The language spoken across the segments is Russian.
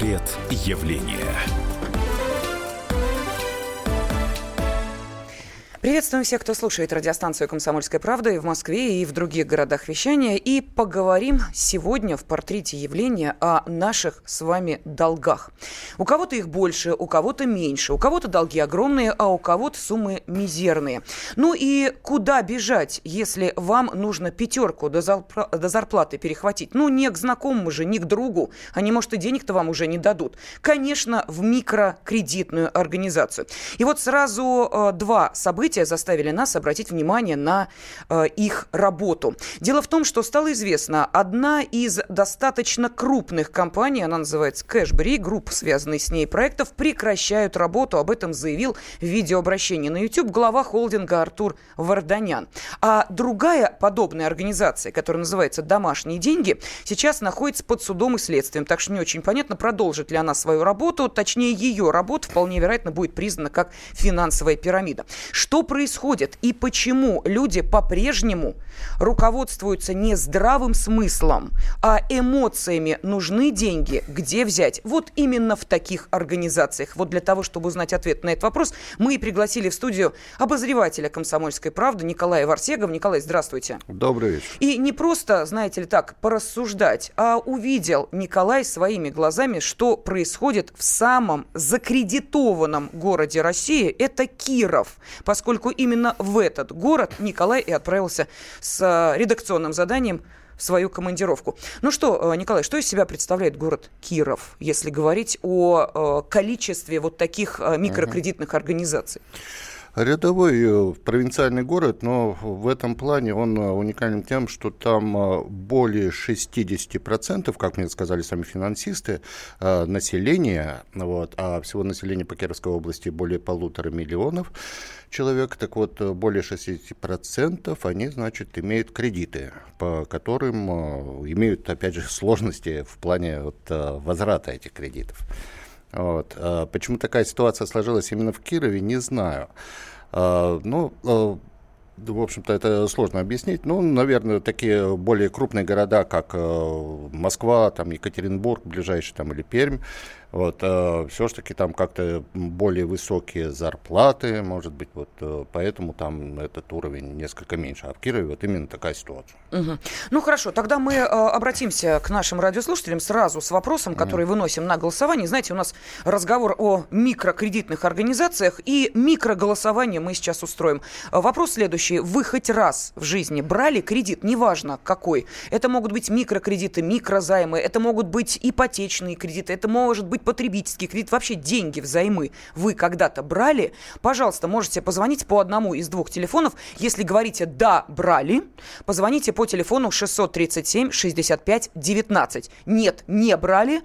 Портрет явления. Приветствуем всех, кто слушает радиостанцию «Комсомольская правда» и в Москве, и в других городах вещания. И поговорим сегодня в портрете явления о наших с вами долгах. У кого-то их больше, у кого-то меньше, у кого-то долги огромные, а у кого-то суммы мизерные. Ну и куда бежать, если вам нужно пятерку до зарплаты перехватить? Ну, не к знакомому же, не к другу. Они, может, и денег-то вам уже не дадут. Конечно, в микрокредитную организацию. И вот сразу два события заставили нас обратить внимание на их работу. Дело в том, что стало известно, одна из достаточно крупных компаний, она называется Кэшбери, группа, связанных с ней проектов, прекращают работу. Об этом заявил в видеообращении на YouTube глава холдинга Артур Варданян. А другая подобная организация, которая называется «Домашние деньги», сейчас находится под судом и следствием. Так что не очень понятно, продолжит ли она свою работу. Точнее, ее работа вполне вероятно будет признана как финансовая пирамида. Что происходит и почему люди по-прежнему руководствуются не здравым смыслом, а эмоциями? Нужны деньги, где взять? Вот именно в таких организациях. Вот для того, чтобы узнать ответ на этот вопрос, мы и пригласили в студию обозревателя «Комсомольской правды» Николая Варсегова. Николай, здравствуйте. Добрый вечер. И не просто, знаете ли, так порассуждать, а увидел Николай своими глазами, что происходит в самом закредитованном городе России. Это Киров. Поскольку именно в этот город Николай и отправился с редакционным заданием в свою командировку. Ну что, Николай, что из себя представляет город Киров, если говорить о количестве вот таких микрокредитных организаций? Рядовой провинциальный город, но в этом плане он уникален тем, что там более 60%, как мне сказали сами финансисты, населения, вот, а всего населения по Кировской области более 1,5 миллиона человек, так вот, более 60% они, значит, имеют кредиты, по которым имеют, опять же, сложности в плане вот, возврата этих кредитов. Вот. Почему такая ситуация сложилась именно в Кирове, не знаю. В общем-то, это сложно объяснить. Ну, наверное, такие более крупные города, как Москва, там, Екатеринбург, ближайший, там, или Пермь, вот, все-таки там как-то более высокие зарплаты, может быть, вот, поэтому там этот уровень несколько меньше. А в Кирове вот именно такая ситуация. Угу. Ну, хорошо, тогда мы обратимся к нашим радиослушателям сразу с вопросом, который выносим на голосование. Знаете, у нас разговор о микрокредитных организациях, и микроголосование мы сейчас устроим. Вопрос следующий. Вы хоть раз в жизни брали кредит, неважно какой? Это могут быть микрокредиты, микрозаймы, это могут быть ипотечные кредиты, это может быть потребительский кредит, вообще деньги взаймы вы когда-то брали? Пожалуйста, можете позвонить по одному из двух телефонов. Если говорите «да, брали», позвоните по телефону 637-65-19. Нет, не брали,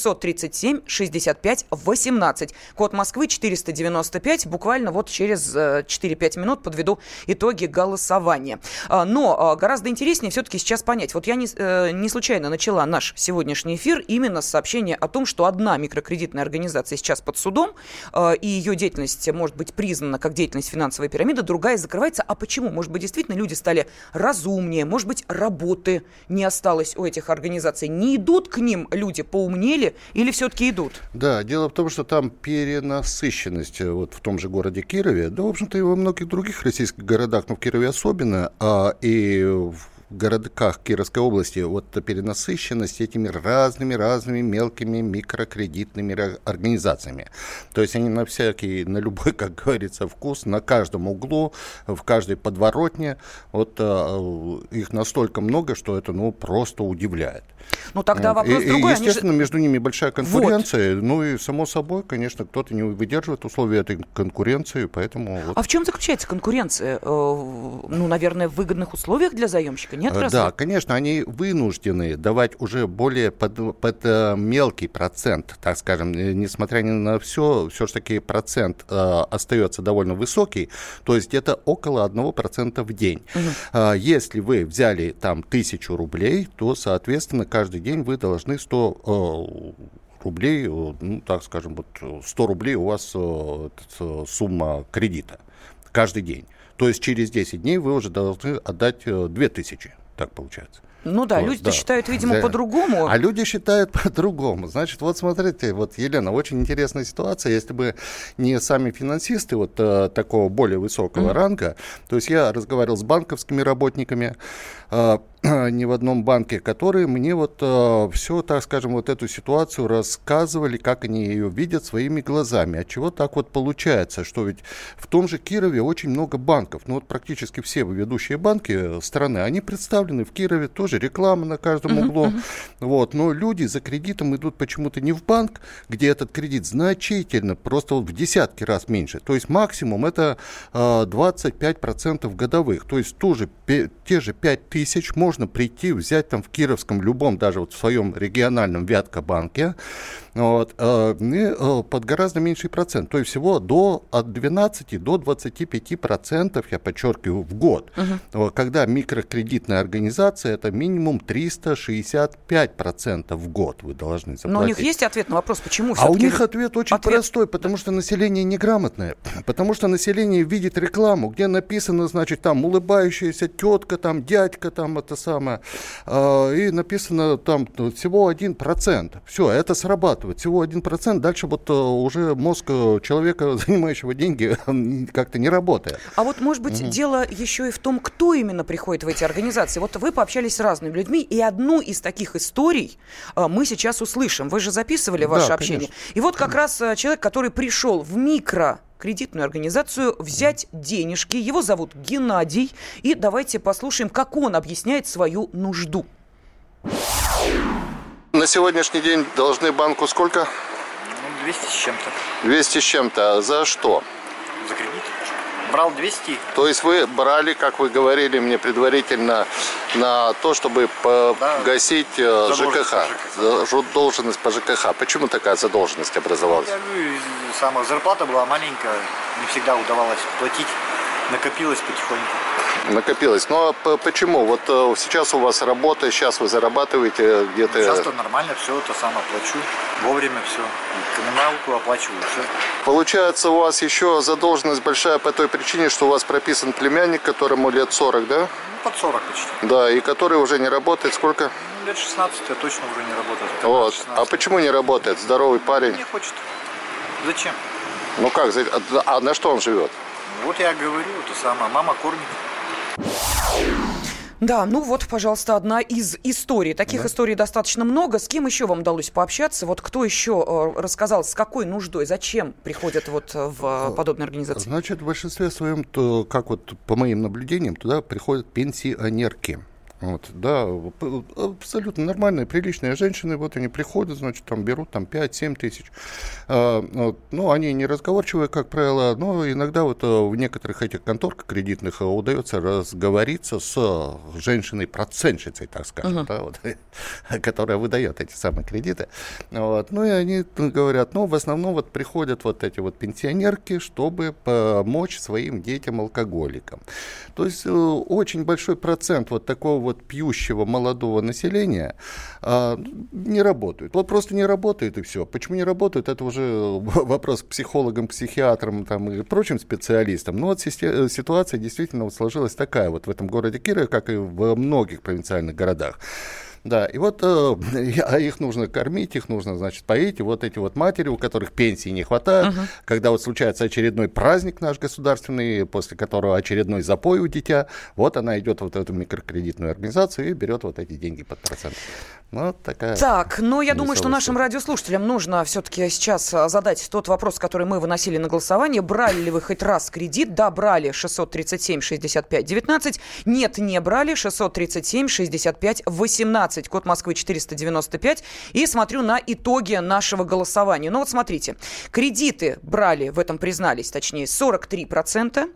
637-65-18. Код Москвы 495. Буквально вот через 4-5 минут подведу итоги голосования. Но гораздо интереснее все-таки сейчас понять. Вот я не случайно начала наш сегодняшний эфир именно с сообщения о том, что одна микрокредитная организация сейчас под судом, и ее деятельность может быть признана как деятельность финансовой пирамиды, другая закрывается. А почему? Может быть, действительно люди стали разумнее, может быть, работы не осталось у этих организаций. Не идут к ним люди, поумнели или все-таки идут? Да, дело в том, что там перенасыщенность вот в том же городе Кирове, да, в общем-то, и во многих других российских городах, но в Кирове особенно, и в городках Кировской области вот перенасыщенность этими разными мелкими микрокредитными организациями. То есть они на любой, как говорится, вкус, на каждом углу, в каждой подворотне, вот их настолько много, что это, просто удивляет. Ну, тогда вопрос другой. Естественно, между ними большая конкуренция. Вот. Ну, и, само собой, конечно, кто-то не выдерживает условия этой конкуренции, поэтому... А в чем заключается конкуренция? Наверное, в выгодных условиях для заемщика, нет? Да, конечно, они вынуждены давать уже более под мелкий процент, так скажем, несмотря ни на все-таки процент остается довольно высокий, то есть это около 1% в день. Угу. Если вы взяли там 1000 рублей, то, соответственно, каждый день вы должны 100 рублей, 100 рублей у вас сумма кредита каждый день. То есть через 10 дней вы уже должны отдать 2000, так получается. Ну да, вот, люди-то считают, видимо, по-другому. А люди считают по-другому. Значит, вот смотрите, вот, Елена, очень интересная ситуация. Если бы не сами финансисты вот такого более высокого ранга, то есть я разговаривал с банковскими работниками, ни в одном банке, которые мне вот все, так скажем, вот эту ситуацию рассказывали, как они ее видят своими глазами. Отчего так вот получается, что ведь в том же Кирове очень много банков. Ну вот практически все ведущие банки страны, они представлены в Кирове, тоже реклама на каждом углу. Вот, но люди за кредитом идут почему-то не в банк, где этот кредит значительно, просто вот в десятки раз меньше. То есть максимум это 25% годовых. То есть тоже те же 5 тысяч можно прийти, взять там в Кировском, любом, даже вот в своем региональном Вятка-банке, вот, под гораздо меньший процент. То есть всего от 12 до 25%, я подчеркиваю, в год. Когда микрокредитная организация, это минимум 365% в год вы должны заплатить. Но у них есть ответ на вопрос, почему? А у них ответ очень простой, потому что население неграмотное, потому что население видит рекламу, где написано, значит, там улыбающаяся тетка, там дядька, там это самое, и написано там всего 1%. Все, это срабатывает. Всего 1%, дальше вот уже мозг человека, занимающего деньги, как-то не работает. А вот, может быть, дело еще и в том, кто именно приходит в эти организации. Вот вы пообщались с разными людьми, и одну из таких историй мы сейчас услышим. Вы же записывали ваше общение. Конечно. И вот как раз человек, который пришел в микрокредитную организацию взять денежки. Его зовут Геннадий. И давайте послушаем, как он объясняет свою нужду. На сегодняшний день должны банку сколько? 200 с чем-то. 200 с чем-то. За что? За кредит. Брал 200. То есть вы брали, как вы говорили мне предварительно, на то, чтобы погасить ЖКХ, задолженность по ЖКХ. Почему такая задолженность образовалась? Я говорю, сама зарплата была маленькая, не всегда удавалось платить. Накопилось потихоньку. Накопилось. Но почему? Вот сейчас у вас работа, сейчас вы зарабатываете где-то... Сейчас-то нормально, все это сам оплачу. Вовремя все. Коммуналку оплачиваю, все. Получается, у вас еще задолженность большая по той причине, что у вас прописан племянник, которому лет 40, да? Ну, под 40 почти. Да, и который уже не работает. Сколько? Лет 16, я точно уже не работаю. 15, вот. А почему не работает? Здоровый парень. Не хочет. Зачем? Ну как? А на что он живет? Вот я говорю, это самое, мама кормит. Да, ну вот, пожалуйста, одна из историй. Таких историй достаточно много. С кем еще вам удалось пообщаться? Вот кто еще рассказал, с какой нуждой, зачем приходят вот в подобные организации? Значит, в большинстве своем, как вот по моим наблюдениям, туда приходят пенсионерки. Вот, да, абсолютно нормальные, приличные женщины, вот они приходят, значит, там берут там 5-7 тысяч. Ну, они не разговорчивые, как правило, но иногда вот в некоторых этих конторках кредитных удается разговориться с женщиной-процентщицей, так скажем, да, вот, которая выдает эти самые кредиты. Вот, ну, и они говорят, ну, в основном вот приходят вот эти вот пенсионерки, чтобы помочь своим детям-алкоголикам. То есть очень большой процент вот такого вот пьющего молодого населения не работают. Вот просто не работают, и все. Почему не работают, это уже вопрос к психологам, психиатрам там, и прочим специалистам. Но вот ситуация действительно вот сложилась такая вот в этом городе Кирове, как и в многих провинциальных городах. Да, и вот их нужно кормить, их нужно, значит, поить. И вот эти вот матери, у которых пенсии не хватает, когда вот случается очередной праздник наш государственный, после которого очередной запой у дитя, вот она идет вот в эту микрокредитную организацию и берет вот эти деньги под процент. Вот такая. Так, но я думаю, что нашим радиослушателям нужно все-таки сейчас задать тот вопрос, который мы выносили на голосование. Брали ли вы хоть раз кредит? Да, брали. 637-65-19. Нет, не брали. 637-65-18. Код Москвы 495. И смотрю на итоги нашего голосования. Ну вот смотрите. Кредиты брали, в этом признались, точнее, 43%.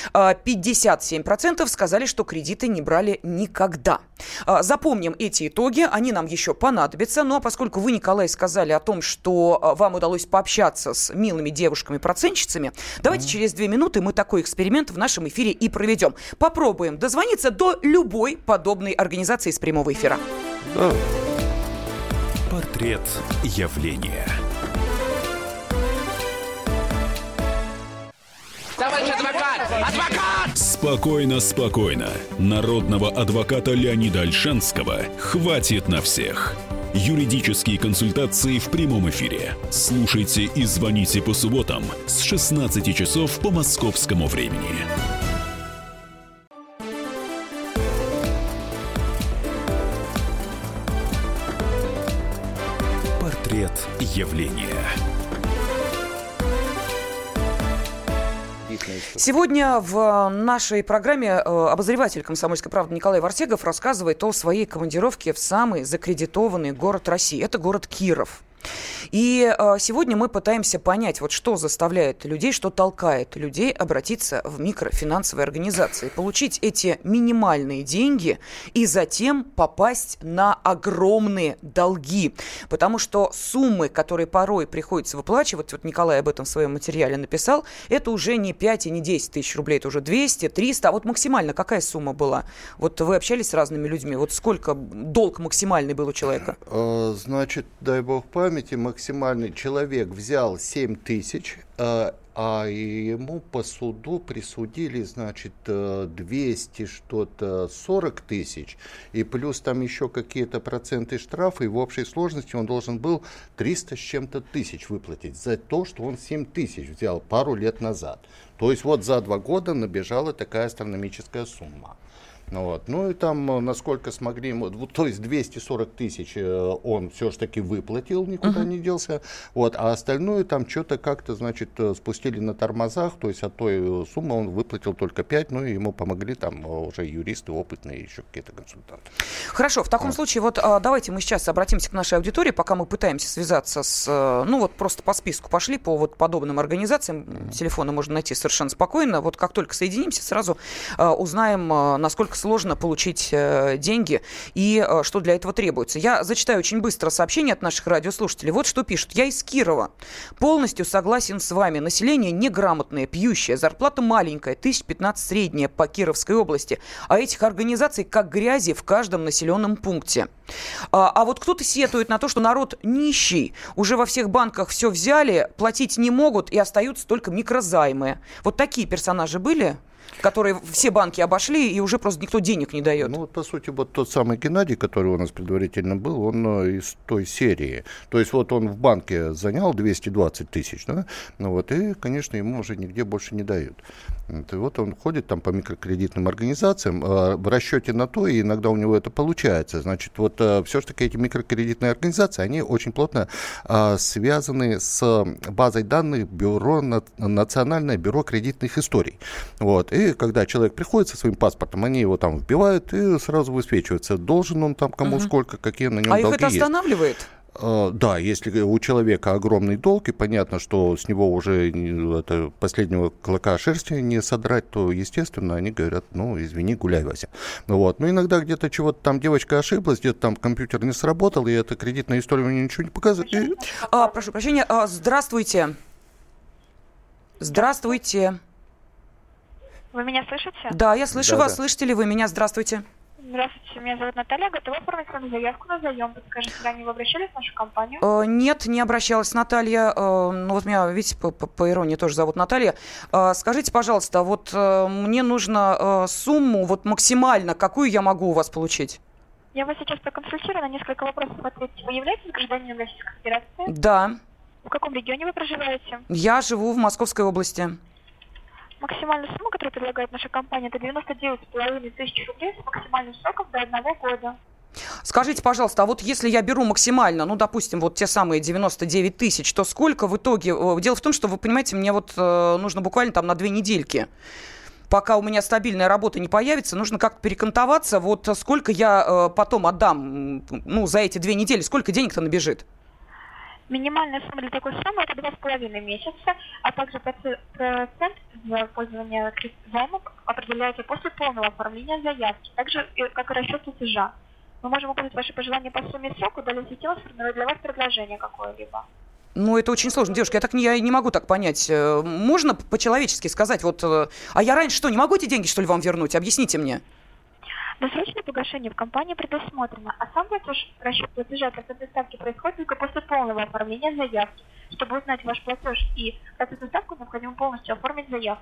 57% сказали, что кредиты не брали никогда. Запомним эти итоги, они нам еще понадобятся. Ну а поскольку вы, Николай, сказали о том, что вам удалось пообщаться с милыми девушками-процентщицами, давайте через 2 минуты мы такой эксперимент в нашем эфире и проведем. Попробуем дозвониться до любой подобной организации из прямого эфира. Портрет явления. Товарищ адвокат! Адвокат! Спокойно, спокойно. Народного адвоката Леонида Ольшанского хватит на всех. Юридические консультации в прямом эфире. Слушайте и звоните по субботам с 16 часов по московскому времени. Портрет явления. Сегодня в нашей программе обозреватель «Комсомольской правды» Николай Варсегов рассказывает о своей командировке в самый закредитованный город России. Это город Киров. И сегодня мы пытаемся понять, вот что заставляет людей, что толкает людей обратиться в микрофинансовые организации, получить эти минимальные деньги и затем попасть на огромные долги. Потому что суммы, которые порой приходится выплачивать, вот Николай об этом в своем материале написал, это уже не 5 и не 10 тысяч рублей, это уже 200, 300. А вот максимально какая сумма была? Вот вы общались с разными людьми, вот сколько долг максимальный был у человека? Значит, дай бог памяти, максимальный человек взял 7 тысяч, а ему по суду присудили, значит, 200 что-то 40 тысяч, и плюс там еще какие-то проценты штрафа, и в общей сложности он должен был 300 с чем-то тысяч выплатить за то, что он 7 тысяч взял пару лет назад. То есть вот за 2 года набежала такая астрономическая сумма. Вот. Ну и там, насколько смогли, то есть 240 тысяч он все-таки выплатил, никуда не делся, вот, а остальное там что-то как-то, значит, спустили на тормозах, то есть от той суммы он выплатил только 5, ну и ему помогли там уже юристы опытные, еще какие-то консультанты. Хорошо, в таком случае вот давайте мы сейчас обратимся к нашей аудитории, пока мы пытаемся связаться с, ну вот просто по списку пошли, по вот подобным организациям, телефоны можно найти совершенно спокойно, вот как только соединимся, сразу узнаем, насколько сложно получить деньги и что для этого требуется. Я зачитаю очень быстро сообщение от наших радиослушателей. Вот что пишут. Я из Кирова. Полностью согласен с вами. Население неграмотное, пьющее, зарплата маленькая, 1015 средняя по Кировской области. А этих организаций как грязи в каждом населенном пункте. А вот кто-то сетует на то, что народ нищий. Уже во всех банках все взяли, платить не могут и остаются только микрозаймы. Вот такие персонажи были, которые все банки обошли, и уже просто никто денег не дает. Ну, вот, по сути, вот тот самый Геннадий, который у нас предварительно был, он из той серии. То есть, вот он в банке занял 220 тысяч, да? Ну, вот, и, конечно, ему уже нигде больше не дают. И вот он ходит там по микрокредитным организациям в расчете на то, и иногда у него это получается. Значит, вот все-таки эти микрокредитные организации, они очень плотно связаны с базой данных Национальное бюро кредитных историй. Вот. И когда человек приходит со своим паспортом, они его там вбивают, и сразу высвечивается, должен он там кому сколько, какие на нем долги есть. А их это останавливает? Да, если у человека огромный долг, и понятно, что с него уже последнего клока шерсти не содрать, то, естественно, они говорят, ну, извини, гуляй, Вася. Вот. Но иногда где-то чего-то там девочка ошиблась, где-то там компьютер не сработал, и эта кредитная история мне ничего не показывает. Прошу прощения, здравствуйте. Здравствуйте. Вы меня слышите? Да, я слышу вас. Слышите ли вы меня? Здравствуйте. Здравствуйте, меня зовут Наталья. Готова оформить вам заявку на заем? Подскажите, ранее вы обращались в нашу компанию? Нет, не обращалась Наталья. Ну вот меня, видите, по иронии тоже зовут Наталья. Скажите, пожалуйста, вот мне нужно сумму вот максимально, какую я могу у вас получить? Я вас сейчас проконсультирую, на несколько вопросов ответить. Вы являетесь гражданином Российской Федерации? Да. В каком регионе вы проживаете? Я живу в Московской области. Максимальная сумма, которую предлагает наша компания, это 99,5 тысяч рублей с максимальным сроком до 1 года. Скажите, пожалуйста, а вот если я беру максимально, ну, допустим, вот те самые 99 тысяч, то сколько в итоге? Дело в том, что, вы понимаете, мне вот нужно буквально там на 2 недельки. Пока у меня стабильная работа не появится, нужно как-то перекантоваться. Вот сколько я потом отдам, ну, за эти 2 недели, сколько денег-то набежит? Минимальная сумма для такой суммы это 2,5 месяца, а также процент за пользование займом определяется после полного оформления заявки, также как и расчет платежа. Мы можем указать ваши пожелания по сумме и сроку, далее система сформирует для вас предложение какое-либо. Ну, это очень сложно. Девушка, я не могу так понять. Можно по-человечески сказать, вот, а я раньше что, не могу эти деньги, что ли, вам вернуть? Объясните мне. Досрочное погашение в компании предусмотрено, а сам платеж, расчет платежа процентной ставки происходит только после полного оформления заявки. Чтобы узнать ваш платеж и процентную ставку, необходимо полностью оформить заявку.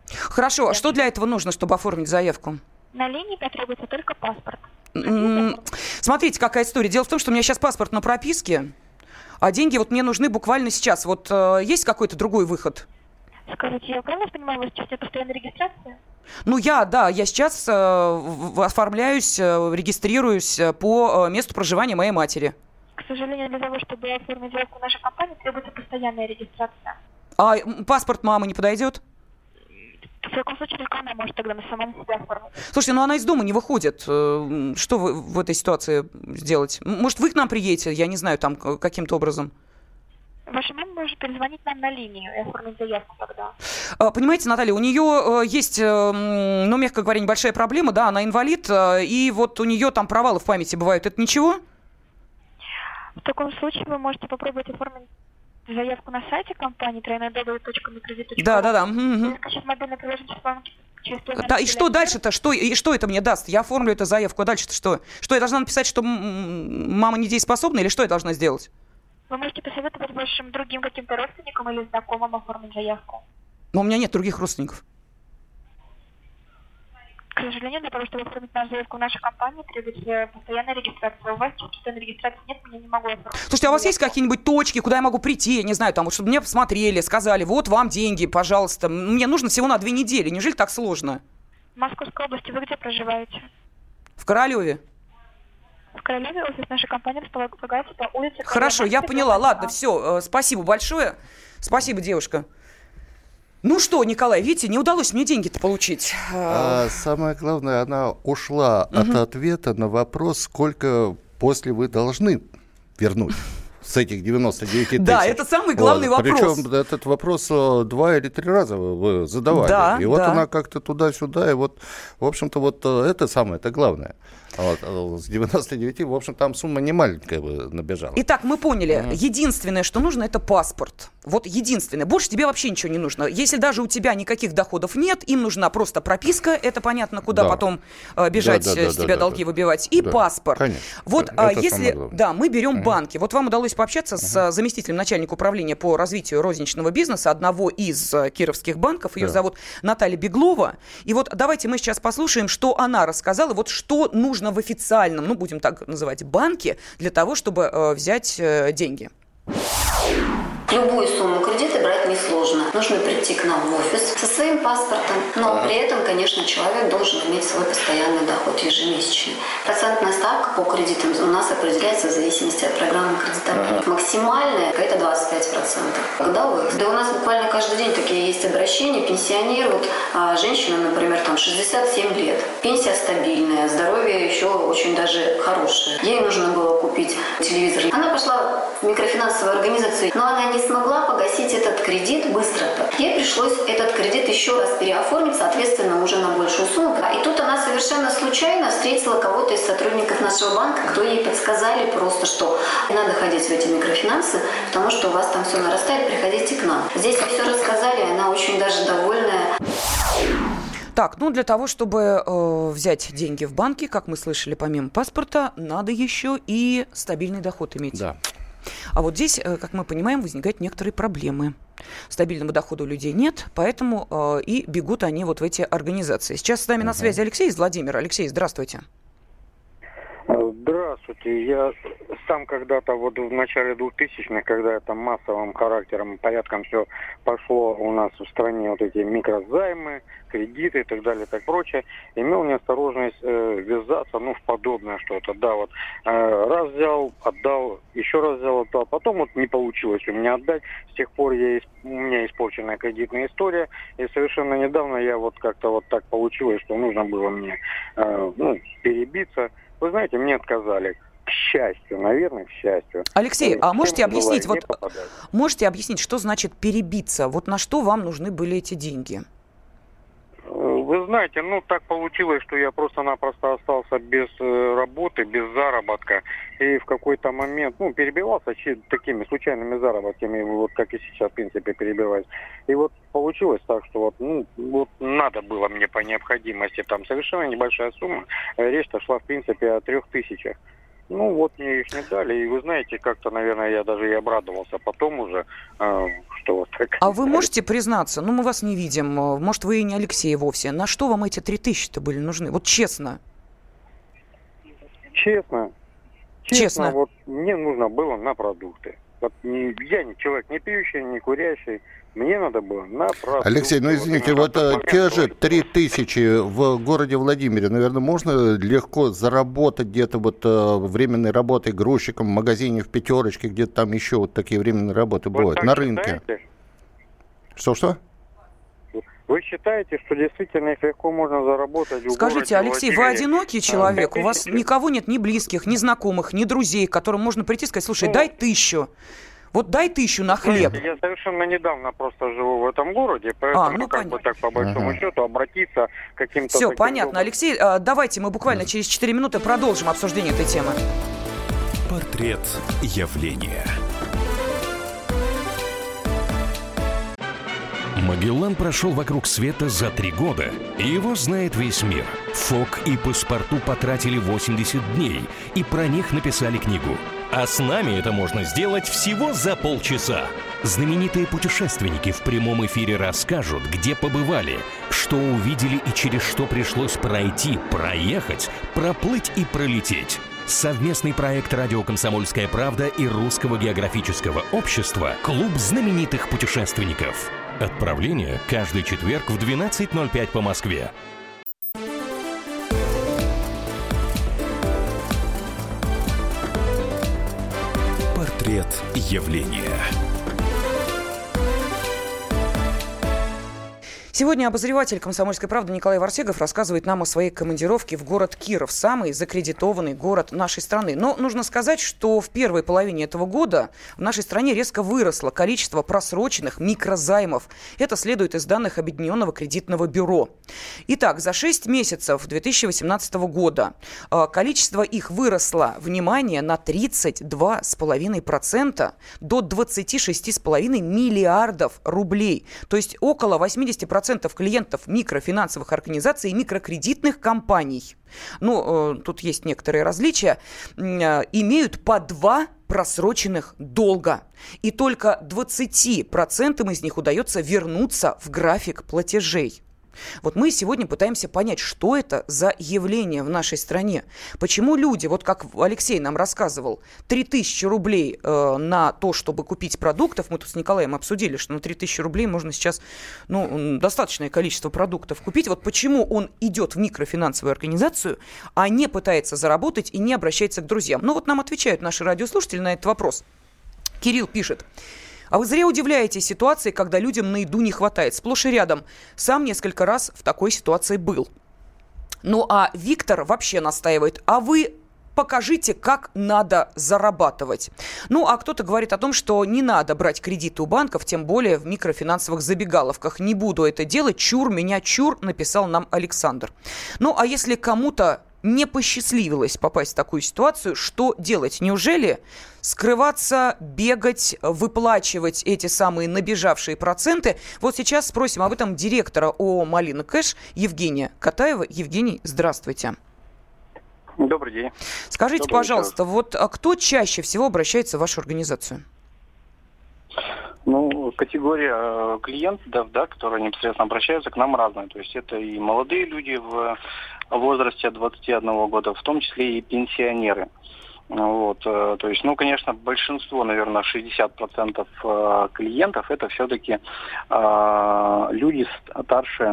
Хорошо, а что для этого нужно, чтобы оформить заявку? На линии потребуется только паспорт. Смотрите, какая история. Дело в том, что у меня сейчас паспорт на прописке, а деньги вот мне нужны буквально сейчас. Вот есть какой-то другой выход? Скажите, я правильно понимаю, у вас сейчас постоянная регистрация? Ну, я сейчас оформляюсь, регистрируюсь по месту проживания моей матери. К сожалению, для того, чтобы оформить заявку в нашей компании, требуется постоянная регистрация. А паспорт мамы не подойдет? В таком случае только она может тогда на самом себя оформить. Слушайте, ну она из дома не выходит. Что вы в этой ситуации сделать? Может, вы к нам приедете, я не знаю, там каким-то образом? Ваша мама может перезвонить нам на линию и оформить заявку тогда. Понимаете, Наталья, у нее есть, ну, мягко говоря, небольшая проблема, да, она инвалид, и вот у нее там провалы в памяти бывают. Это ничего? В таком случае вы можете попробовать оформить заявку на сайте компании www.micredit.ru. Да. Или скачать мобильное приложение через Да, и что дальше-то? Что это мне даст? Я оформлю эту заявку, а дальше-то что? Что, я должна написать, что мама недееспособна, или что я должна сделать? Вы можете посоветовать вашим другим каким-то родственникам или знакомым оформить заявку. Но у меня нет других родственников. К сожалению, для того, чтобы оформить нашу заявку в нашей компании, требуется постоянная регистрация. У вас постоянной регистрации нет, я не могу оформить. Слушайте, а у вас есть какие-нибудь точки, куда я могу прийти, я не знаю, там, вот, чтобы мне посмотрели, сказали, вот вам деньги, пожалуйста. Мне нужно всего на 2 недели. Неужели так сложно? В Московской области вы где проживаете? В Королеве. В Королеве офис нашей компании располагается по улице... Хорошо, я поняла. Ладно, все, спасибо большое. Спасибо, девушка. Ну что, Николай, видите, не удалось мне деньги-то получить. Самое главное, она ушла от ответа на вопрос, сколько после вы должны вернуть с этих 99 тысяч. Да, это самый главный вопрос. Причем этот вопрос 2 или 3 раза вы задавали. Да, и вот да. она как-то туда-сюда, и вот, в общем-то, вот это самое, это главное. Вот, с 99, в общем, там сумма не маленькая бы набежала. Итак, мы поняли, единственное, что нужно, это паспорт. Вот единственное. Больше тебе вообще ничего не нужно. Если даже у тебя никаких доходов нет, им нужна просто прописка, это понятно, куда потом бежать, с тебя долги выбивать, и паспорт. Конечно. Вот если, мы берем банки. Вот вам удалось пообщаться с заместителем начальника управления по развитию розничного бизнеса одного из кировских банков. Ее зовут Наталья Беглова. И вот давайте мы сейчас послушаем, что она рассказала, вот что нужно в официальном, ну, будем так называть, банке для того, чтобы взять деньги. Любую сумму кредита брать несложно. Нужно прийти к нам в офис со своим паспортом, но при этом, конечно, человек должен иметь свой постоянный доход ежемесячный. Процентная ставка по кредитам у нас определяется в зависимости от программы кредитования. Максимальная – это 25%. Годовых. Да у нас буквально каждый день такие есть обращения. Пенсионер, вот женщина, например, там 67 лет. Пенсия стабильная, здоровье еще очень даже хорошее. Ей нужно было купить телевизор. Она пошла в микрофинансовую организацию, но она не смогла погасить этот кредит быстро. Ей пришлось этот кредит еще раз переоформить, соответственно, уже на большую сумму. И тут она совершенно случайно встретила кого-то из сотрудников нашего банка, кто ей подсказали просто, что не надо ходить в эти микрофинансы, потому что у вас там все нарастает, приходите к нам. Здесь все рассказали, она очень даже довольная. Так, ну для того, чтобы взять деньги в банке, как мы слышали, помимо паспорта, надо еще и стабильный доход иметь. Да. А вот здесь, как мы понимаем, возникают некоторые проблемы. Стабильного дохода у людей нет, поэтому и бегут они вот в эти организации. Сейчас с нами на связи Алексей из Владимира. Алексей, здравствуйте. Здравствуйте. Я сам когда-то вот в начале 2000-х, когда это массовым характером и порядком все пошло у нас в стране, вот эти микрозаймы, кредиты и так далее, и так прочее, имел неосторожность ввязаться, в подобное что-то. Да, вот раз взял, отдал, еще раз взял, отдал, потом вот не получилось у меня отдать. С тех пор у меня испорченная кредитная история, и совершенно недавно я вот как-то вот так получилось, что нужно было мне перебиться. Вы знаете, мне отказали. К счастью, наверное, к счастью. Алексей, а можете объяснить, можете объяснить, что значит перебиться? Вот на что вам нужны были эти деньги? Вы знаете, так получилось, что я просто-напросто остался без работы, без заработка. И в какой-то момент, перебивался такими случайными заработками, вот как и сейчас, в принципе, перебиваюсь. И вот получилось так, что вот надо было мне по необходимости, там совершенно небольшая сумма. Речь-то шла, в принципе, о 3000. Ну, вот мне их не дали, и вы знаете, как-то, наверное, я даже и обрадовался потом уже, что вот так. А вы можете признаться, мы вас не видим, может, вы и не Алексей вовсе, на что вам эти 3000-то были нужны? Вот честно. Честно, вот мне нужно было на продукты. Вот я не человек не пьющий, не курящий. Мне надо было на продукты. Алексей, извините, те же 3000 в городе Владимире, наверное, можно легко заработать где-то временной работой грузчиком в магазине, в пятерочке, где-то там еще такие временные работы бывают, на рынке. Что? Вы считаете, что действительно их легко можно заработать? Скажите, Алексей, вы одинокий человек? У вас никого нет, ни близких, ни знакомых, ни друзей, к которым можно прийти и сказать: слушай, дай 1000. Вот дай 1000 на хлеб. Я совершенно недавно просто живу в этом городе, поэтому так по большому счету обратиться к каким-то... Все, понятно. Алексей, давайте мы буквально через 4 минуты продолжим обсуждение этой темы. Портрет явления. Магеллан прошел вокруг света за 3 года, и его знает весь мир. Фок и Паспарту потратили 80 дней, и про них написали книгу. А с нами это можно сделать всего за полчаса. Знаменитые путешественники в прямом эфире расскажут, где побывали, что увидели и через что пришлось пройти, проехать, проплыть и пролететь. Совместный проект «Радио Комсомольская правда» и Русского географического общества «Клуб знаменитых путешественников». Отправление каждый четверг в 12:05 по Москве. Портрет явления. Сегодня обозреватель «Комсомольской правды» Николай Варсегов рассказывает нам о своей командировке в город Киров, самый закредитованный город нашей страны. Но нужно сказать, что в первой половине этого года в нашей стране резко выросло количество просроченных микрозаймов. Это следует из данных Объединенного кредитного бюро. Итак, за 6 месяцев 2018 года количество их выросло, внимание, на 32,5% до 26,5 миллиардов рублей. То есть около 80% клиентов микрофинансовых организаций и микрокредитных компаний, тут есть некоторые различия, имеют по 2 просроченных долга. И только 20% из них удается вернуться в график платежей. Вот мы сегодня пытаемся понять, что это за явление в нашей стране. Почему люди, вот как Алексей нам рассказывал, 3000 рублей на то, чтобы купить продуктов, мы тут с Николаем обсудили, что на 3000 рублей можно сейчас достаточное количество продуктов купить. Вот почему он идет в микрофинансовую организацию, а не пытается заработать и не обращается к друзьям. Нам отвечают наши радиослушатели на этот вопрос. Кирилл пишет: а вы зря удивляетесь ситуации, когда людям на еду не хватает. Сплошь и рядом. Сам несколько раз в такой ситуации был. А Виктор вообще настаивает: а вы покажите, как надо зарабатывать. А кто-то говорит о том, что не надо брать кредиты у банков, тем более в микрофинансовых забегаловках. Не буду это делать, чур меня чур, написал нам Александр. А если кому-то не посчастливилось попасть в такую ситуацию, что делать? Неужели скрываться, бегать, выплачивать эти самые набежавшие проценты? Вот сейчас спросим об этом директора ООО «Малина Кэш» Евгения Катаева. Евгений, здравствуйте. Добрый день. Скажите, Добрый пожалуйста, кто чаще всего обращается в вашу организацию? Категория клиентов, которые непосредственно обращаются к нам, разная. То есть это и молодые люди в возрасте от 21 года, в том числе и пенсионеры. То есть, конечно, большинство, наверное, 60% клиентов это все-таки люди старше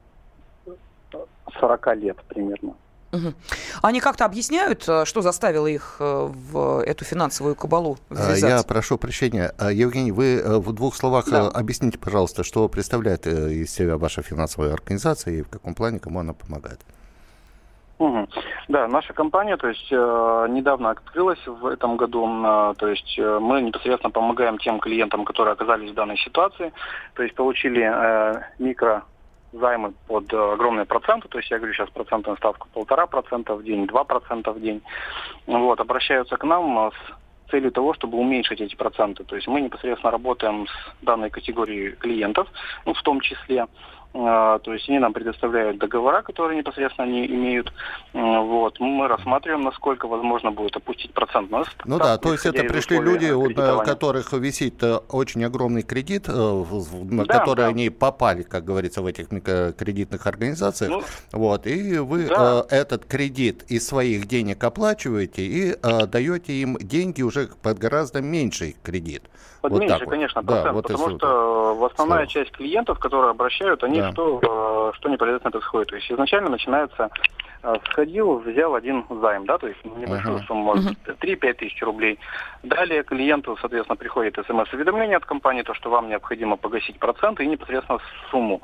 40 лет примерно. Угу. Они как-то объясняют, что заставило их в эту финансовую кабалу ввязаться? Я прошу прощения. Евгений, вы в 2 словах объясните, пожалуйста, что представляет из себя ваша финансовая организация и в каком плане, кому она помогает? Угу. Да, наша компания, недавно открылась в этом году, мы непосредственно помогаем тем клиентам, которые оказались в данной ситуации, получили микрозаймы под огромные проценты, я говорю сейчас процентную ставку 1,5% в день, 2% в день, обращаются к нам с целью того, чтобы уменьшить эти проценты. То есть мы непосредственно работаем с данной категорией клиентов, в том числе. то есть они нам предоставляют договора, которые непосредственно они имеют. Вот. Мы рассматриваем, насколько возможно будет опустить процентную ставку. Ну да, то есть это пришли люди, у которых висит очень огромный кредит, на который они попали, как говорится, в этих кредитных организациях. Вот, и вы этот кредит из своих денег оплачиваете и даете им деньги уже под гораздо меньший кредит. Под вот меньше, конечно, процент, вот потому что основная часть клиентов, которые обращают, они что непосредственно происходит. То есть изначально начинается, сходил, взял один займ, да, то есть небольшую сумму, 3-5 тысяч рублей. Далее клиенту, соответственно, приходит смс-уведомление от компании, то, что вам необходимо погасить проценты и непосредственно сумму.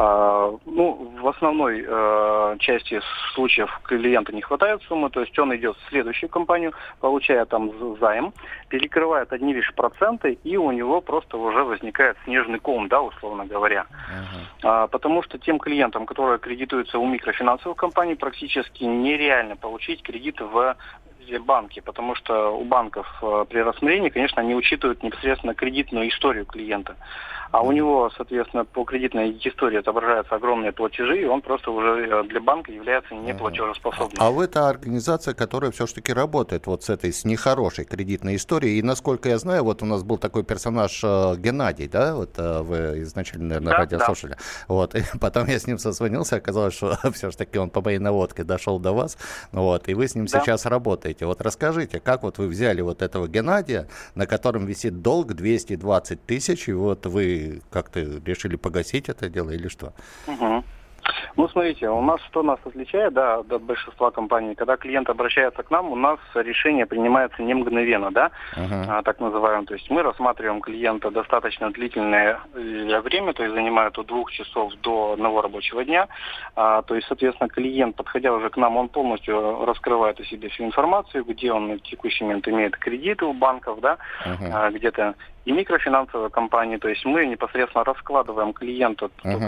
В основной части случаев клиента не хватает суммы, то есть он идет в следующую компанию, получая там займ, перекрывает одни лишь проценты, и у него просто уже возникает снежный ком, да, условно говоря. Потому что тем клиентам, которые кредитуются у микрофинансовых компаний, практически нереально получить кредит в банке, потому что у банков при рассмотрении, конечно, они учитывают непосредственно кредитную историю клиента. А у него, соответственно, по кредитной истории отображаются огромные платежи, и он просто уже для банка является неплатежеспособным. А вы та организация, которая все-таки работает вот с нехорошей кредитной историей. И, насколько я знаю, вот у нас был такой персонаж Геннадий, да, вот вы изначально, наверное, радиослушали. Вот, и потом я с ним созвонился, оказалось, что все-таки он по моей наводке дошел до вас, вот, и вы с ним сейчас работаете. Вот расскажите, как вот вы взяли вот этого Геннадия, на котором висит долг 220 тысяч, и вот вы как-то решили погасить это дело или что? Ну, смотрите, у нас что нас отличает, от большинства компаний, когда клиент обращается к нам, у нас решение принимается не мгновенно, так называемое. То есть мы рассматриваем клиента достаточно длительное время, то есть занимает от 2 часов до 1 рабочего дня. То есть, соответственно, клиент, подходя уже к нам, он полностью раскрывает о себе всю информацию, где он на текущий момент имеет кредиты у банков, где-то и микрофинансовые компании, то есть мы непосредственно раскладываем клиента,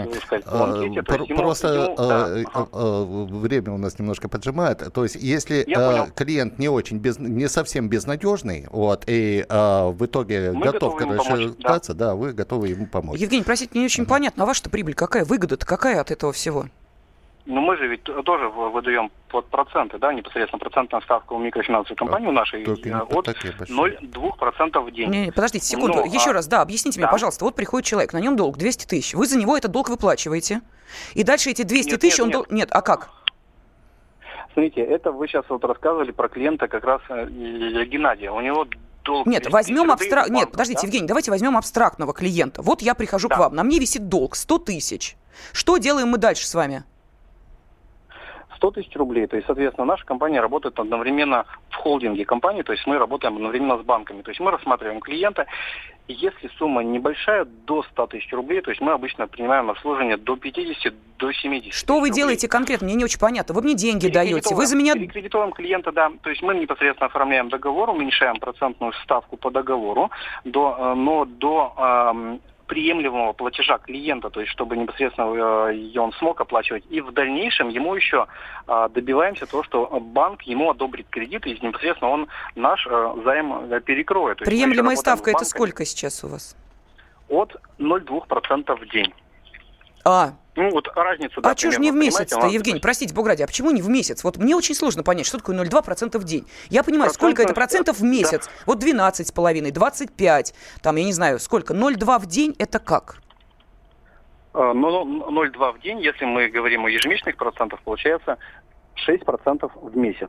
время у нас немножко поджимает. То есть, если клиент не совсем безнадежный, вот, и в итоге готов, сдаться, вы готовы ему помочь. Евгений, простите, не очень понятно, а ваша-то прибыль какая, выгода-то какая от этого всего? Ну, мы же ведь тоже выдаем под проценты, непосредственно процентная ставка у микрофинансовой компании, у нашей, от 0,2% в день. Не, подождите секунду, еще раз, объясните мне, пожалуйста, вот приходит человек, на нем долг 200 тысяч, вы за него этот долг выплачиваете, и дальше эти 200 тысяч Нет, а как? Смотрите, это вы сейчас вот рассказывали про клиента как раз Геннадия, у него долг... Нет, подождите, Евгений, давайте возьмем абстрактного клиента. Вот я прихожу к вам, на мне висит долг 100 тысяч. Что делаем мы дальше с вами? 100 тысяч рублей. То есть, соответственно, наша компания работает одновременно в холдинге компании, то есть мы работаем одновременно с банками. То есть мы рассматриваем клиента. И если сумма небольшая, до 100 тысяч рублей, то есть мы обычно принимаем обслуживание до 50, до 70 Что вы делаете конкретно? Мне не очень понятно. Вы мне деньги даете, вы за меня... Перекредитовываем клиента, То есть мы непосредственно оформляем договор, уменьшаем процентную ставку по договору, но до приемлемого платежа клиента, то есть чтобы непосредственно он смог оплачивать. И в дальнейшем ему еще добиваемся того, что банк ему одобрит кредит, и непосредственно он наш займ перекроет. Приемлемая ставка это сколько сейчас у вас? От 0,2% в день. Разницу, А что ж не в месяц-то, Евгений, простите, бога ради, а почему не в месяц? Вот мне очень сложно понять, что такое 0,2% в день. Я понимаю, сколько это процентов в месяц. Вот 12,5, 25, там, я не знаю, сколько. 0,2 в день это как? 0,2 в день, если мы говорим о ежемесячных процентах, получается 6% в месяц.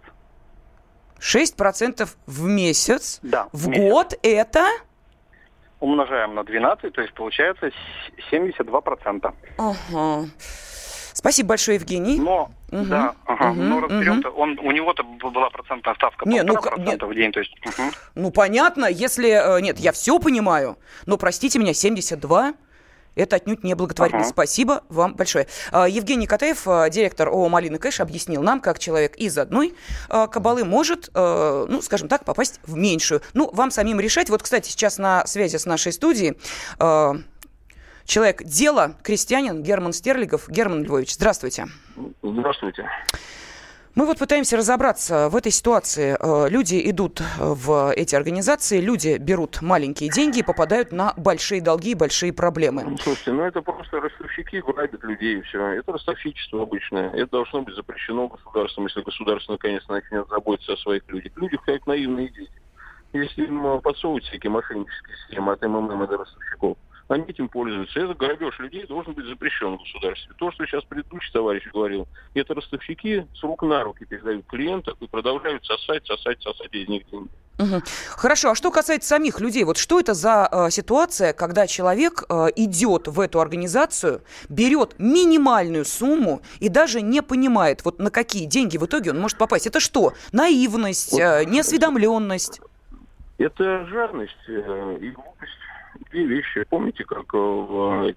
6% в месяц? Да. В год это... Умножаем на 12, то есть получается 72%. Ага. Спасибо большое, Евгений. Но разберем-то, у него-то была процентная ставка 1,5% в день. То есть, понятно, если... Нет, я все понимаю, но, простите меня, 72... Это отнюдь не благотворительность. Спасибо вам большое. Евгений Катаев, директор ООО «Малина Кэш», объяснил нам, как человек из одной кабалы может, скажем так, попасть в меньшую. Вам самим решать. Вот, кстати, сейчас на связи с нашей студией человек дела, крестьянин Герман Стерлигов. Герман Львович, здравствуйте. Здравствуйте. Мы вот пытаемся разобраться в этой ситуации. Люди идут в эти организации, люди берут маленькие деньги и попадают на большие долги и большие проблемы. Слушайте, это просто ростовщики грабят людей и все. Это ростовщичество обычное. Это должно быть запрещено государством, если государство наконец начнет заботиться о своих людях. Люди как наивные дети. Если им подсовывать всякие мошеннические схемы от МММ и до ростовщиков, они этим пользуются. Это грабеж людей должен быть запрещен в государстве. То, что сейчас предыдущий товарищ говорил, это ростовщики с рук на руки передают клиентов и продолжают сосать из них деньги. Угу. Хорошо, а что касается самих людей, вот что это за ситуация, когда человек идет в эту организацию, берет минимальную сумму и даже не понимает, вот на какие деньги в итоге он может попасть? Это что? Наивность, неосведомленность? Это жадность и глупость. Две вещи. Помните, как на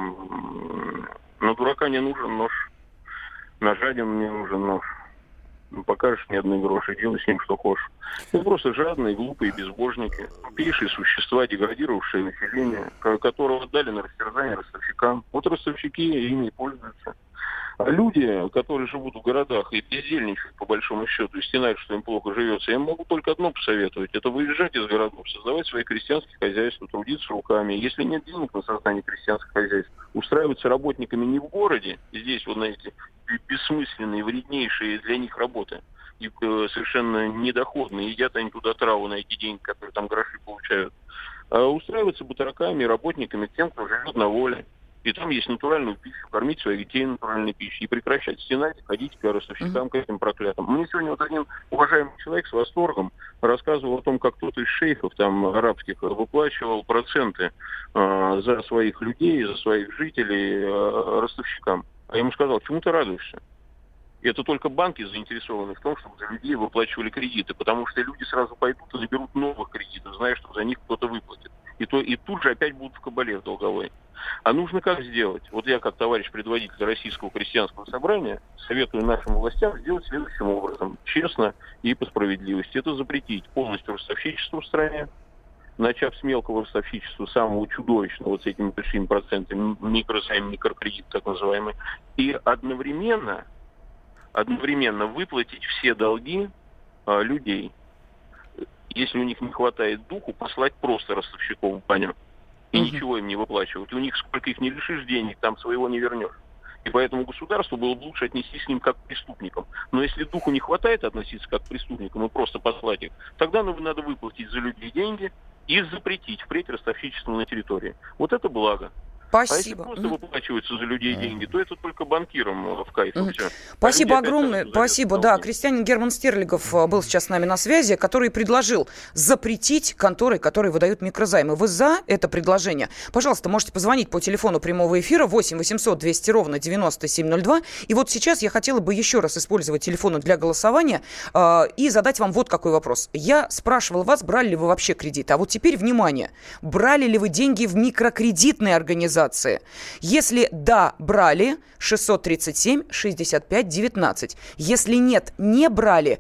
дурака не нужен нож, на жадину не нужен нож. Покажешь мне одни гроши, делай с ним что хочешь. Это просто жадные, глупые безбожники, тупейшие существа, деградировавшие население, которого отдали на растерзание ростовщикам. Вот ростовщики ими и пользуются. А люди, которые живут в городах и бездельничают, по большому счету, и стенают, что им плохо живется, я могу только одно посоветовать. Это выезжать из городов, создавать свои крестьянские хозяйства, трудиться руками. Если нет денег на создание крестьянских хозяйств, устраиваться работниками не в городе, здесь вот на эти бессмысленные, вреднейшие для них работы, и совершенно недоходные, едят они туда траву на эти деньги, которые там гроши получают, а устраиваться батраками, работниками, тем, кто живет на воле. И там есть натуральную пищу, кормить своих детей натуральной пищей и прекращать стенать, ходить к ростовщикам, к этим проклятым. Мне сегодня вот один уважаемый человек с восторгом рассказывал о том, как кто-то из шейхов там арабских выплачивал проценты за своих людей, за своих жителей ростовщикам. А я ему сказал, чему ты радуешься? И это только банки заинтересованы в том, чтобы за людей выплачивали кредиты, потому что люди сразу пойдут и наберут новых кредитов, зная, что за них кто-то выплатит. И тут же опять будут в кабале в долговой. А нужно как сделать? Вот я, как товарищ предводитель Российского крестьянского собрания, советую нашим властям сделать следующим образом. Честно и по справедливости. Это запретить полностью ростовщичество в стране, начав с мелкого ростовщичества, самого чудовищного, вот с этими большими процентами, микрозайм, микрокредит так называемый, и одновременно выплатить все долги людей. Если у них не хватает духу, послать просто ростовщиков в баню. И ничего им не выплачивать. У них сколько их не лишишь денег, там своего не вернешь. И поэтому государству было бы лучше отнестись к ним как к преступникам. Но если духу не хватает относиться как к преступникам и просто послать их, тогда надо выплатить за людей деньги и запретить впредь ростовщичество на территории. Вот это благо. Спасибо. А если просто выплачиваются за людей деньги, то это только банкирам в кайф. Все. Спасибо огромное. Спасибо. Да, крестьянин Герман Стерлигов был сейчас с нами на связи, который предложил запретить конторы, которые выдают микрозаймы. Вы за это предложение? Пожалуйста, можете позвонить по телефону прямого эфира 8 800 200 ровно 9702. И вот сейчас я хотела бы еще раз использовать телефоны для голосования и задать вам вот какой вопрос. Я спрашивала вас, брали ли вы вообще кредиты. А вот теперь, внимание, брали ли вы деньги в микрокредитные организации? Если да, брали, 637-65-19. Если нет, не брали,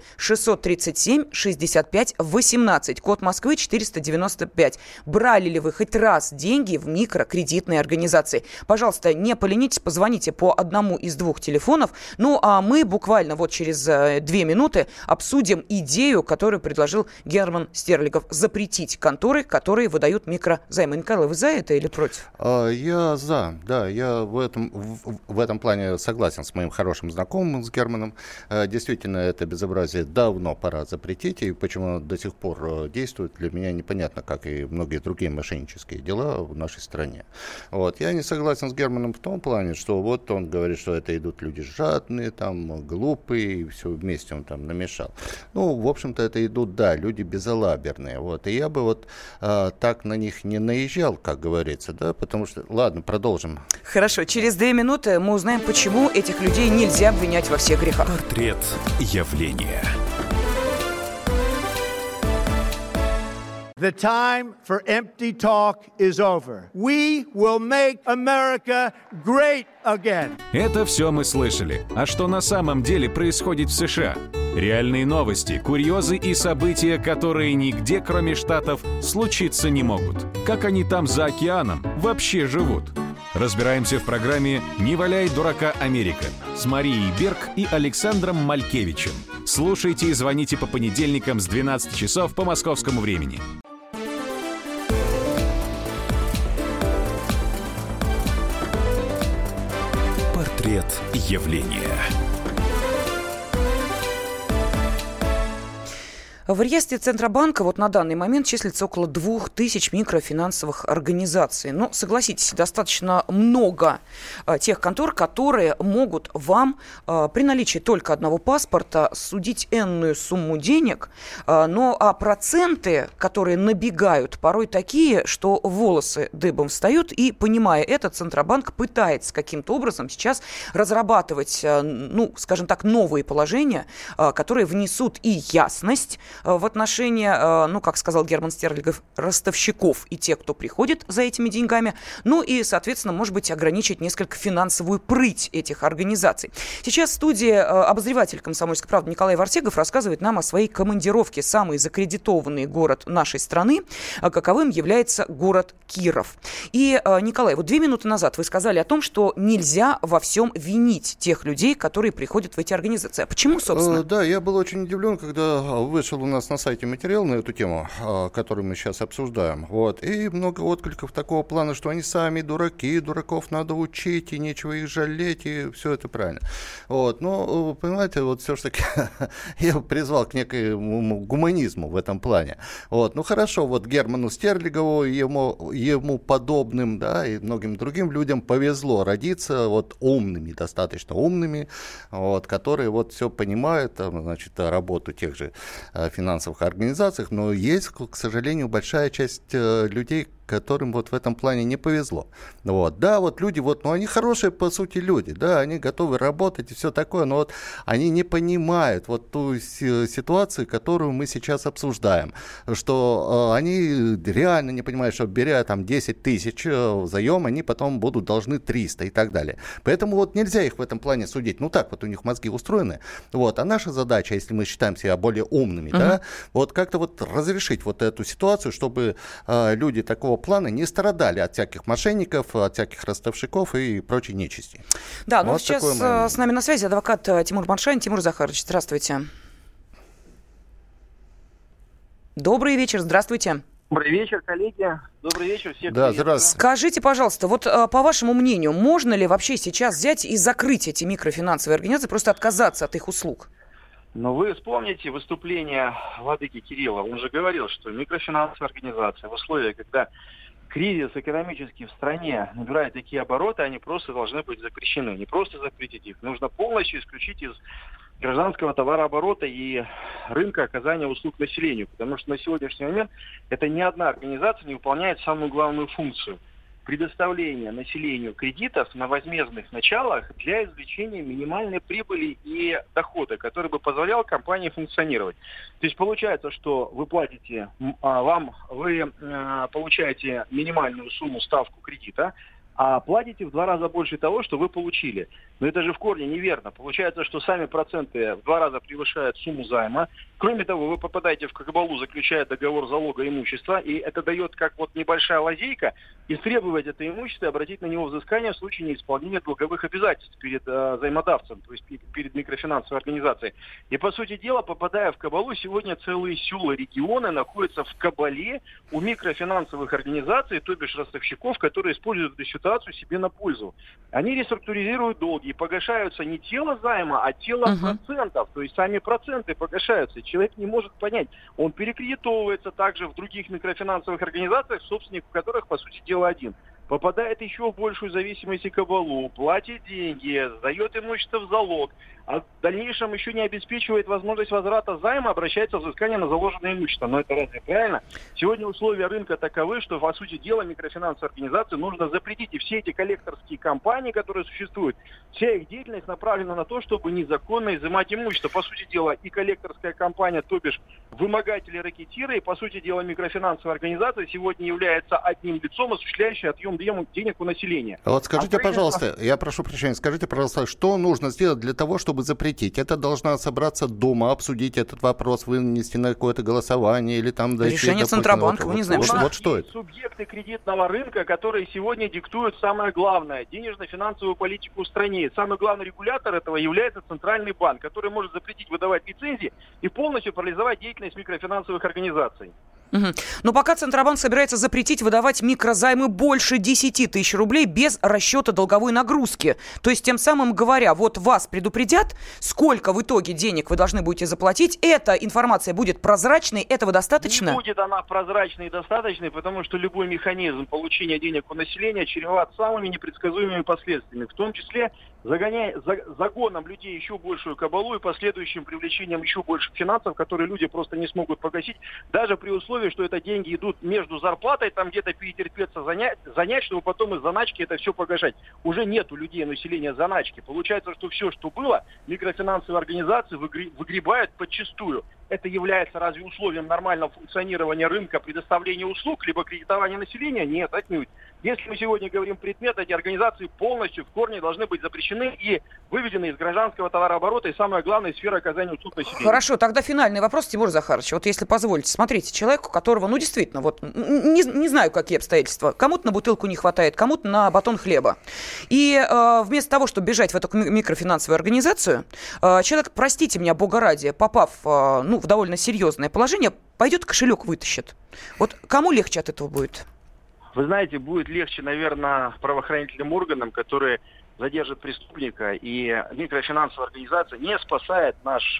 637-65-18. Код Москвы 495. Брали ли вы хоть раз деньги в микрокредитные организации? Пожалуйста, не поленитесь, позвоните по одному из двух телефонов. Ну, а мы буквально вот через 2 минуты обсудим идею, которую предложил Герман Стерлигов. Запретить конторы, которые выдают микрозаймы. Николай, вы за это или против? Я за, да, я в этом плане согласен с моим хорошим знакомым, с Германом. Действительно, это безобразие давно пора запретить, и почему до сих пор действует, для меня непонятно, как и многие другие мошеннические дела в нашей стране. Вот. Я не согласен с Германом в том плане, что вот он говорит, что это идут люди жадные, там, глупые, и все вместе он там намешал. Ну, в общем-то, это идут, да, люди безалаберные. Вот. И я бы вот так на них не наезжал, как говорится, да, потому что, ладно, продолжим. Хорошо, через 2 минуты мы узнаем, почему этих людей нельзя обвинять во всех грехах. Портрет явления. The time for empty talk is over. We will make America great again. Это все мы слышали. А что на самом деле происходит в США? Реальные новости, курьезы и события, которые нигде, кроме Штатов, случиться не могут. Как они там за океаном вообще живут? Разбираемся в программе «Не валяй дурака, Америка» с Марией Берг и Александром Малькевичем. Слушайте и звоните по понедельникам с 12 часов по московскому времени. Портрет явления. В реестре Центробанка вот на данный момент числится около 2000 микрофинансовых организаций. Но, согласитесь, достаточно много тех контор, которые могут вам при наличии только одного паспорта судить энную сумму денег. Но проценты, которые набегают, порой такие, что волосы дыбом встают. И, понимая это, Центробанк пытается каким-то образом сейчас разрабатывать, скажем так, новые положения, которые внесут и ясность в отношении, как сказал Герман Стерлигов, ростовщиков и тех, кто приходит за этими деньгами, и, соответственно, может быть, ограничить несколько финансовую прыть этих организаций. Сейчас в студии обозреватель «Комсомольской правды» Николай Варсегов рассказывает нам о своей командировке в самый закредитованный город нашей страны, каковым является город Киров. И, Николай, 2 минуты назад вы сказали о том, что нельзя во всем винить тех людей, которые приходят в эти организации. А почему, собственно? Да, я был очень удивлен, когда вышел у нас на сайте материал на эту тему, которую мы сейчас обсуждаем. И много откликов такого плана, что они сами дураки, дураков надо учить, и нечего их жалеть, и все это правильно. Но, понимаете, все-таки я призвал к некоему гуманизму в этом плане. Хорошо, Герману Стерлигову, ему подобным, и многим другим людям повезло родиться умными, достаточно умными, которые все понимают, работу тех же финансовых организациях, но есть, к сожалению, большая часть людей, которым в этом плане не повезло. Люди, они хорошие, по сути, люди, они готовы работать и все такое, но они не понимают ту ситуацию, которую мы сейчас обсуждаем, что они реально не понимают, что беря 10 тысяч заем, они потом будут должны 300 и так далее. Поэтому нельзя их в этом плане судить. Так у них мозги устроены. А наша задача, если мы считаем себя более умными, как-то разрешить эту ситуацию, чтобы люди такого плана не страдали от всяких мошенников, от всяких ростовщиков и прочей нечисти. Да, сейчас с нами на связи адвокат Тимур Баншанин. Тимур Захарович, здравствуйте. Добрый вечер, здравствуйте. Добрый вечер, коллеги. Добрый вечер всех. Да, здравствуйте. Скажите, пожалуйста, по вашему мнению, можно ли вообще сейчас взять и закрыть эти микрофинансовые организации, просто отказаться от их услуг? Но вы вспомните выступление владыки Кирилла. Он же говорил, что микрофинансовые организации в условиях, когда кризис экономический в стране набирает такие обороты, они просто должны быть запрещены. Не просто запретить их, нужно полностью исключить из гражданского товарооборота и рынка оказания услуг населению. Потому что на сегодняшний момент это ни одна организация не выполняет самую главную функцию – предоставление населению кредитов на возмездных началах для извлечения минимальной прибыли и дохода, который бы позволял компании функционировать. То есть получается, что вы платите, вы получаете минимальную сумму, ставку кредита, а платите в 2 раза больше того, что вы получили. Но это же в корне неверно. Получается, что сами проценты в 2 раза превышают сумму займа. Кроме того, вы попадаете в кабалу, заключая договор залога имущества, и это дает как небольшая лазейка, истребовать это имущество и обратить на него взыскание в случае неисполнения долговых обязательств перед займодавцем, то есть перед микрофинансовой организацией. И, по сути дела, попадая в кабалу, сегодня целые села, регионы находятся в кабале у микрофинансовых организаций, то бишь ростовщиков, которые используют эту ситуацию себе на пользу. Они реструктуризируют долги и погашаются не тело займа, а тело процентов. То есть сами проценты погашаются. Человек не может понять. Он перекредитовывается также в других микрофинансовых организациях, собственник в которых, по сути дела, один. Попадает еще в большую зависимость и кабалу, платит деньги, сдает имущество в залог, а в дальнейшем еще не обеспечивает возможность возврата займа, обращается в взыскание на заложенное имущество. Но это разве правильно? Сегодня условия рынка таковы, что, по сути дела, микрофинансовые организации нужно запретить. И все эти коллекторские компании, которые существуют, вся их деятельность направлена на то, чтобы незаконно изымать имущество. По сути дела, и коллекторская компания, то бишь вымогатели-ракетиры, и, по сути дела, микрофинансовая организация сегодня является одним лицом, осуществляющим отъем денег у населения. Скажите, пожалуйста, я прошу прощения, скажите, пожалуйста, что нужно сделать для того, чтобы чтобы запретить? Это должна собраться Дума, обсудить этот вопрос, вынести на какое-то голосование или там... Решение Центробанка, вы не знаете. Вот что это? Субъекты кредитного рынка, которые сегодня диктуют самое главное – денежно-финансовую политику в стране. Самый главный регулятор этого является Центральный банк, который может запретить выдавать лицензии и полностью парализовать деятельность микрофинансовых организаций. Но пока Центробанк собирается запретить выдавать микрозаймы больше 10 тысяч рублей без расчета долговой нагрузки. То есть тем самым говоря, вот вас предупредят, сколько в итоге денег вы должны будете заплатить. Эта информация будет прозрачной, этого достаточно? Не будет она прозрачной и достаточной, потому что любой механизм получения денег у населения чреват самыми непредсказуемыми последствиями, в том числе загоном людей еще большую кабалу и последующим привлечением еще больше финансов, которые люди просто не смогут погасить, даже при условии, что это деньги идут между зарплатой, там где-то перетерпеться занять, чтобы потом из заначки это все погашать. Уже нет у людей, населения заначки. Получается, что все, что было, микрофинансовые организации выгребают подчистую. Это является разве условием нормального функционирования рынка, предоставления услуг, либо кредитования населения? Нет, отнюдь. Если мы сегодня говорим предмет, эти организации полностью в корне должны быть запрещены и выведены из гражданского товарооборота и, самое главное, из сферы оказания услуг населению. Хорошо, тогда финальный вопрос, Тимур Захарович. Вот если позволите, смотрите, человек, у которого, действительно, вот не знаю, какие обстоятельства, кому-то на бутылку не хватает, кому-то на батон хлеба. И вместо того, чтобы бежать в эту микрофинансовую организацию, человек, простите меня, бога ради, попав в довольно серьезное положение, пойдет кошелек вытащит. Вот кому легче от этого будет? Вы знаете, будет легче, наверное, правоохранительным органам, которые задержат преступника, и микрофинансовая организация не спасает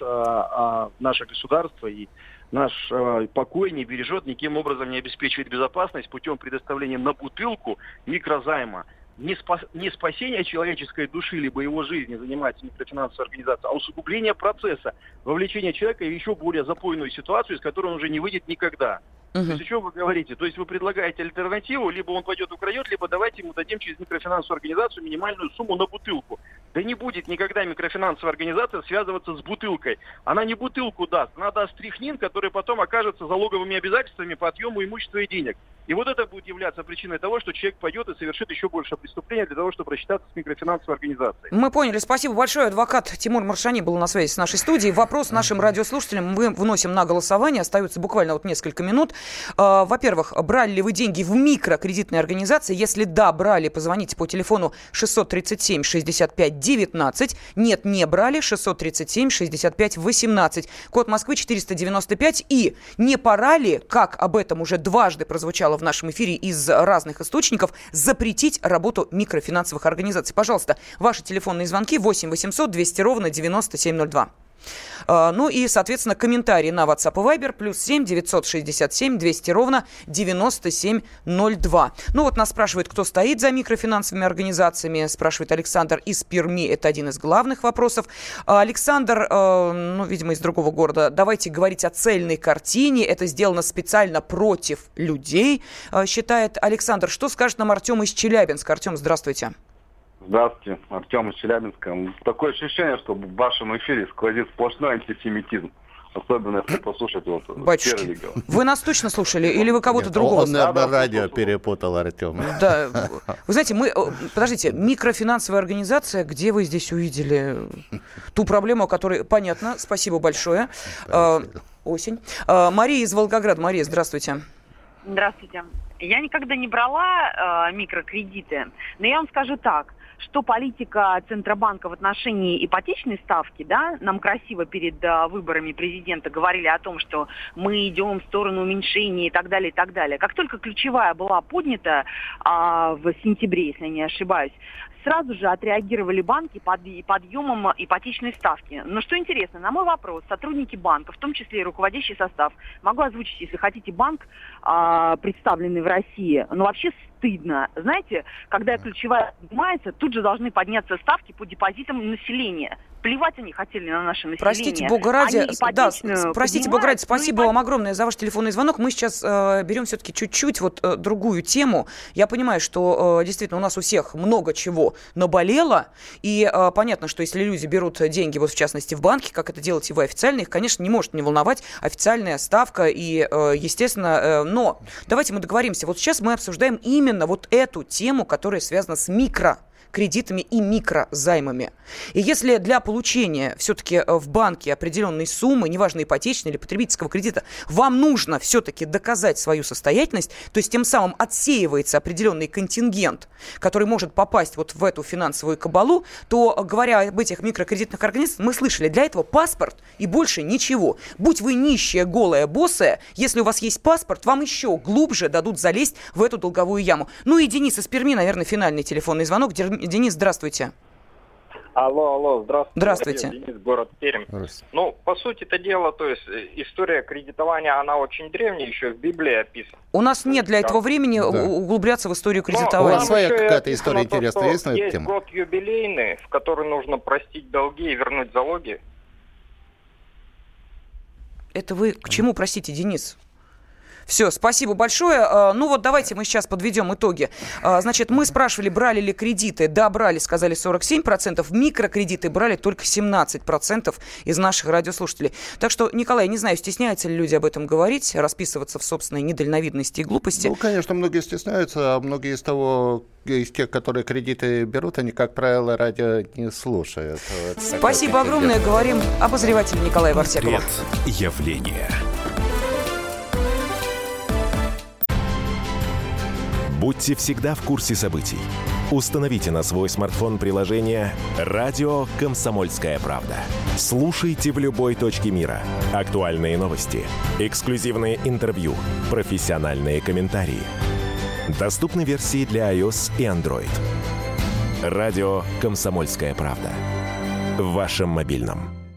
наше государство, и наш покой не бережет, никаким образом не обеспечивает безопасность путем предоставления на бутылку микрозайма. Не спасение человеческой души, либо его жизни занимается микрофинансовая организация, а усугубление процесса, вовлечение человека в еще более запойную ситуацию, из которой он уже не выйдет никогда. То есть о чем вы говорите? То есть вы предлагаете альтернативу, либо он пойдет украдет, либо давайте ему дадим через микрофинансовую организацию минимальную сумму на бутылку. Да не будет никогда микрофинансовая организация связываться с бутылкой. Она не бутылку даст, она даст стряхнин, который потом окажется залоговыми обязательствами по отъему имущества и денег. И вот это будет являться причиной того, что человек пойдет и совершит еще больше преступления для того, чтобы рассчитаться с микрофинансовой организацией. Мы поняли. Спасибо большое. Адвокат Тимур Маршани был на связи с нашей студией. Вопрос нашим радиослушателям мы вносим на голосование. Остается буквально несколько минут. Во-первых, брали ли вы деньги в микрокредитной организации? Если да, брали, позвоните по телефону 637-65-19. Нет, не брали. 637-65-18. Код Москвы 495. И не пора ли, как об этом уже дважды прозвучало в нашем эфире из разных источников, запретить работу микрофинансовых организаций? Пожалуйста, ваши телефонные звонки 8 800 200 ровно 9702. И, соответственно, комментарии на WhatsApp и Viber +7 967 200 ровно 9702. Нас спрашивают, кто стоит за микрофинансовыми организациями, спрашивает Александр из Перми, это один из главных вопросов. Александр, видимо, из другого города, давайте говорить о цельной картине, это сделано специально против людей, считает Александр. Что скажет нам Артем из Челябинска? Артем, здравствуйте. Здравствуйте, Артем из Челябинска. Такое ощущение, что в вашем эфире сквозит сплошной антисемитизм. Особенно, если послушать Батюшки, вы нас точно слушали? Или вы кого-то другого? Он, наверное, радио перепутал, Артем. Да. Вы знаете, подождите, микрофинансовая организация, где вы здесь увидели ту проблему, о которой... Понятно, спасибо большое. Осень. Мария из Волгограда. Мария, здравствуйте. Здравствуйте. Я никогда не брала микрокредиты, но я вам скажу так, что политика Центробанка в отношении ипотечной ставки, нам красиво перед выборами президента говорили о том, что мы идем в сторону уменьшения и так далее, и так далее. Как только ключевая была поднята в сентябре, если я не ошибаюсь, сразу же отреагировали банки подъемом ипотечной ставки. Но что интересно, на мой вопрос, сотрудники банка, в том числе и руководящий состав, могу озвучить, если хотите, банк, представленный в России, вообще стыдно. Знаете, когда ключевая поднимается, тут же должны подняться ставки по депозитам населения. Плевать они хотели на наше население. Простите, бога ради, спасибо вам огромное за ваш телефонный звонок. Мы сейчас берем все-таки чуть-чуть другую тему. Я понимаю, что действительно у нас у всех много чего наболело, и понятно, что если люди берут деньги, в частности, в банке, как это делаете вы официально, их, конечно, не может не волновать официальная ставка, и, естественно, но давайте мы договоримся. Сейчас мы обсуждаем именно эту тему, которая связана с микрокредитами и микрозаймами. И если для получения все-таки в банке определенной суммы, неважно, ипотечной или потребительского кредита, вам нужно все-таки доказать свою состоятельность, то есть тем самым отсеивается определенный контингент, который может попасть вот в эту финансовую кабалу, то, говоря об этих микрокредитных организациях, мы слышали, для этого паспорт и больше ничего. Будь вы нищая, голая, босая, если у вас есть паспорт, вам еще глубже дадут залезть в эту долговую яму. Ну и Денис из Перми, наверное, финальный телефонный звонок. Денис, здравствуйте. Алло, здравствуйте. Здравствуйте. Денис, город Пермь. Ну, по сути это дело, то есть история кредитования, она очень древняя, еще в Библии описана. У нас нет для этого времени углубляться в историю кредитования. У вас своя какая-то история интересная есть на эту тему? Есть год юбилейный, в который нужно простить долги и вернуть залоги. Это вы к чему, простите, Денис? Все, спасибо большое. Ну вот давайте мы сейчас подведем итоги. Значит, мы спрашивали, брали ли кредиты. Да, брали, сказали 47%. Микрокредиты брали только 17% из наших радиослушателей. Так что, Николай, не знаю, стесняются ли люди об этом говорить, расписываться в собственной недальновидности и глупости. Ну, конечно, многие стесняются, а многие из тех, которые кредиты берут, они, как правило, радио не слушают. Вот спасибо огромное. Говорим обозреватель Николай Варсеков. Явление. Будьте всегда в курсе событий. Установите на свой смартфон приложение «Радио Комсомольская правда». Слушайте в любой точке мира. Актуальные новости, эксклюзивные интервью, профессиональные комментарии. Доступны версии для iOS и Android. «Радио Комсомольская правда». В вашем мобильном.